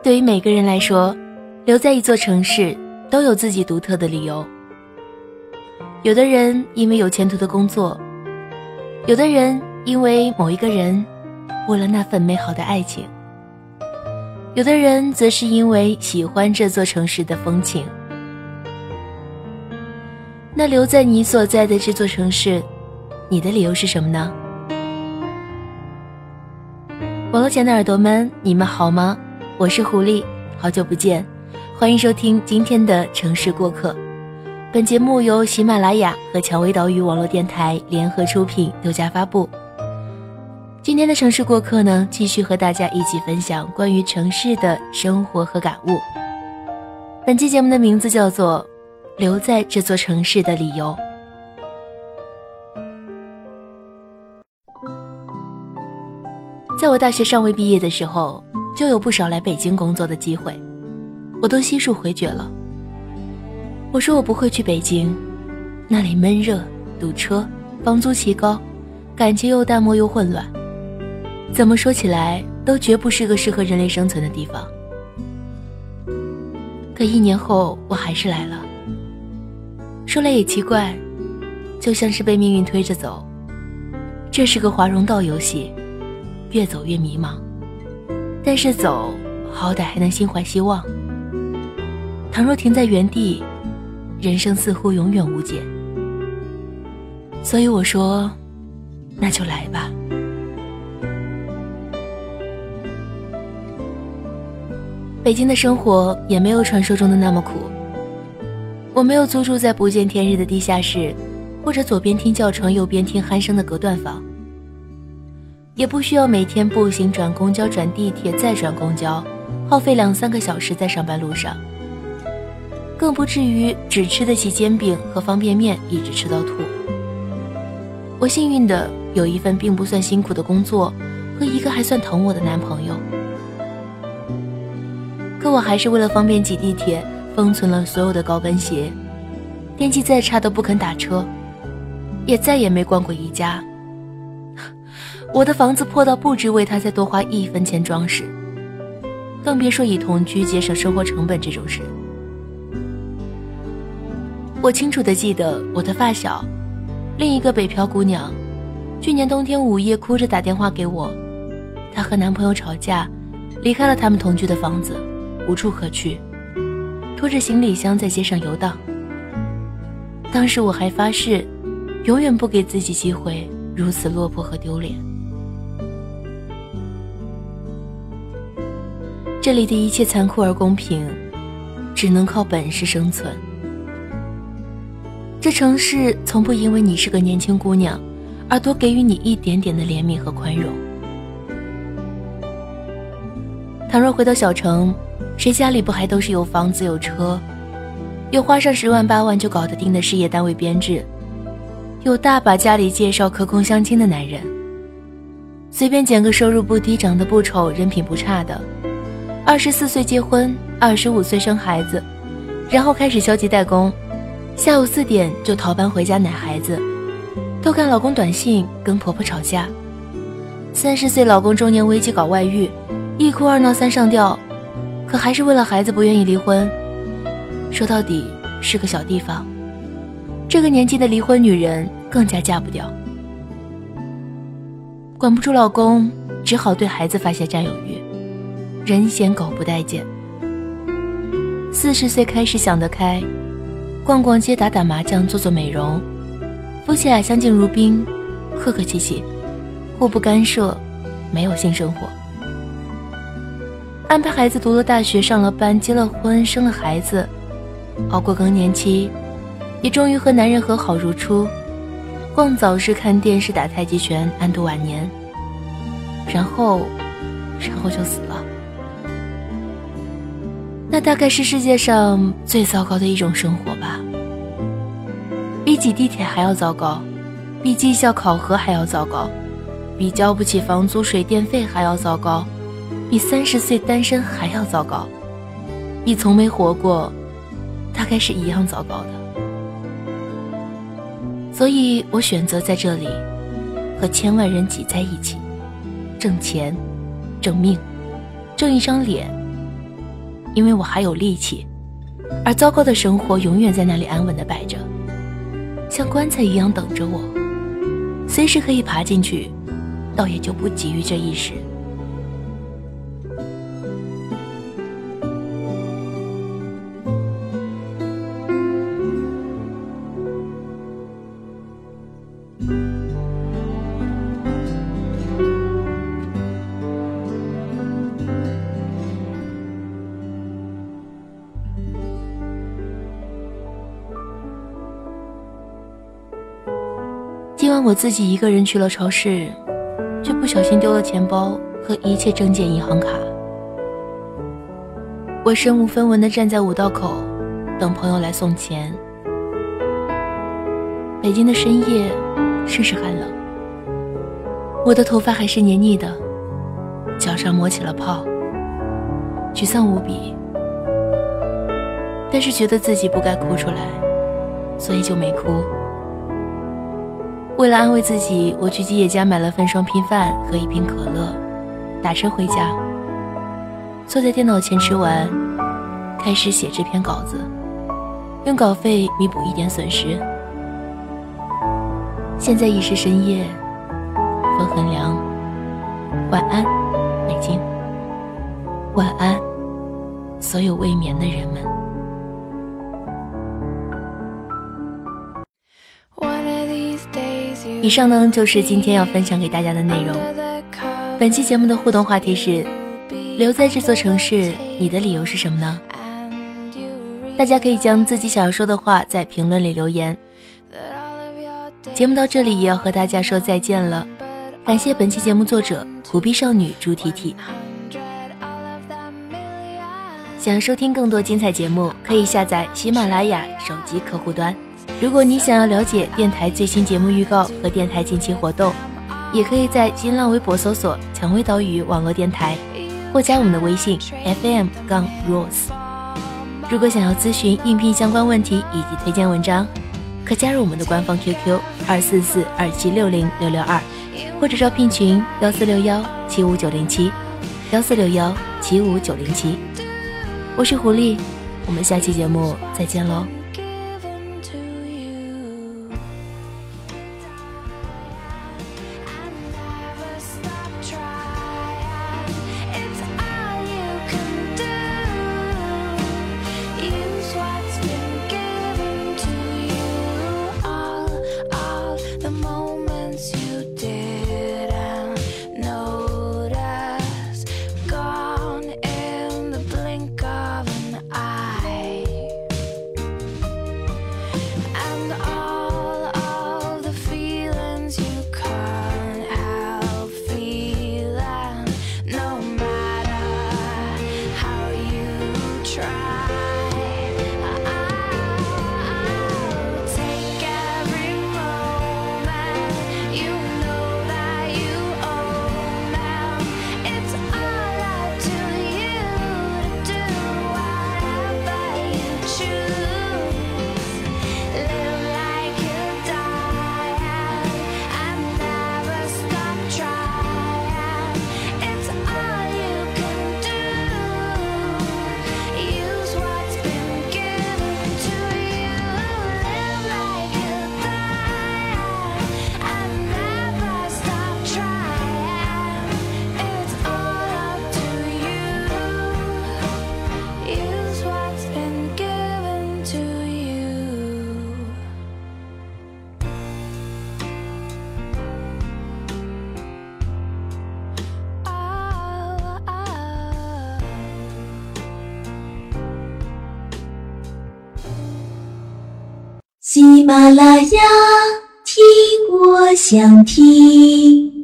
对于每个人来说，留在一座城市都有自己独特的理由。有的人因为有前途的工作，有的人因为某一个人，为了那份美好的爱情，有的人则是因为喜欢这座城市的风情。那留在你所在的这座城市，你的理由是什么呢？网络前的耳朵们，你们好吗？我是狐狸，好久不见，欢迎收听今天的城市过客。本节目由喜马拉雅和蔷薇岛屿网络电台联合出品，独家发布。今天的城市过客呢，继续和大家一起分享关于城市的生活和感悟。本期节目的名字叫做留在这座城市的理由。在我大学尚未毕业的时候，就有不少来北京工作的机会，我都悉数回绝了。我说我不会去北京，那里闷热、堵车、房租奇高，感情又淡漠又混乱，怎么说起来都绝不是个适合人类生存的地方。可1年后我还是来了。说来也奇怪，就像是被命运推着走，这是个华容道游戏，越走越迷茫，但是走好歹还能心怀希望。倘若停在原地，人生似乎永远无解。所以我说，那就来吧。北京的生活也没有传说中的那么苦，我没有租住在不见天日的地下室，或者左边听叫床右边听鼾声的隔断房，也不需要每天步行转公交转地铁再转公交，耗费2-3个小时在上班路上，更不至于只吃得起煎饼和方便面一直吃到吐。我幸运的有一份并不算辛苦的工作和一个还算疼我的男朋友，可我还是为了方便挤地铁封存了所有的高跟鞋，天气再差都不肯打车，也再也没逛过宜家。我的房子破到不值为他再多花1分钱装饰，更别说以同居节省生活成本这种事。我清楚地记得我的发小，另一个北漂姑娘，去年冬天午夜哭着打电话给我，她和男朋友吵架，离开了他们同居的房子，无处可去，拖着行李箱在街上游荡。当时我还发誓，永远不给自己机会如此落魄和丢脸。这里的一切残酷而公平，只能靠本事生存。这城市从不因为你是个年轻姑娘而多给予你一点点的怜悯和宽容。倘若回到小城，谁家里不还都是有房子有车，有花上10万8万就搞得定的事业单位编制，有大把家里介绍可供相亲的男人，随便捡个收入不低长得不丑人品不差的，24岁结婚，25岁生孩子，然后开始消极怠工，下午4点就逃班回家奶孩子，偷看老公短信跟婆婆吵架，30岁老公中年危机搞外遇，一哭二闹三上吊，可还是为了孩子不愿意离婚。说到底是个小地方，这个年纪的离婚女人更加嫁不掉，管不住老公，只好对孩子发泄占有欲，人嫌狗不待见。40岁开始想得开，逛逛街打打麻将做做美容，夫妻俩相敬如宾，客客气气，互不干涉，没有性生活。安排孩子读了大学上了班结了婚生了孩子，熬过更年期，也终于和男人和好如初，逛早市看电视打太极拳安度晚年，然后就死了。那大概是世界上最糟糕的一种生活吧，比挤地铁还要糟糕，比绩效考核还要糟糕，比交不起房租水电费还要糟糕，比30岁单身还要糟糕，比从没活过大概是一样糟糕的。所以我选择在这里和千万人挤在一起，挣钱挣命挣一张脸， 因为我还有力气，而糟糕的生活永远在那里安稳地摆着，像棺材一样等着我，随时可以爬进去，倒也就不急于这一时。今晚我自己一个人去了超市，却不小心丢了钱包和一切证件、银行卡。我身无分文地站在五道口，等朋友来送钱。北京的深夜甚是寒冷，我的头发还是黏腻的，脚上磨起了泡，沮丧无比。但是觉得自己不该哭出来，所以就没哭。为了安慰自己，我去吉野家买了份双拼饭和一瓶可乐，打车回家，坐在电脑前吃完，开始写这篇稿子，用稿费弥补一点损失。现在已是深夜，风很凉，晚安，北京，晚安，所有未眠的人们。以上呢就是今天要分享给大家的内容。本期节目的互动话题是：留在这座城市，你的理由是什么呢？大家可以将自己想要说的话在评论里留言。节目到这里也要和大家说再见了，感谢本期节目作者苦逼少女朱提提。想收听更多精彩节目，可以下载喜马拉雅手机客户端。如果你想要了解电台最新节目预告和电台近期活动，也可以在新浪微博搜索蔷薇岛屿网络电台，或加我们的微信 FM-Rose。 如果想要咨询应聘相关问题以及推荐文章，可加入我们的官方 QQ 24427606662，或者招聘群1461-75907 1461-75907。我是狐狸，我们下期节目再见喽。 喜马拉雅，听我想听。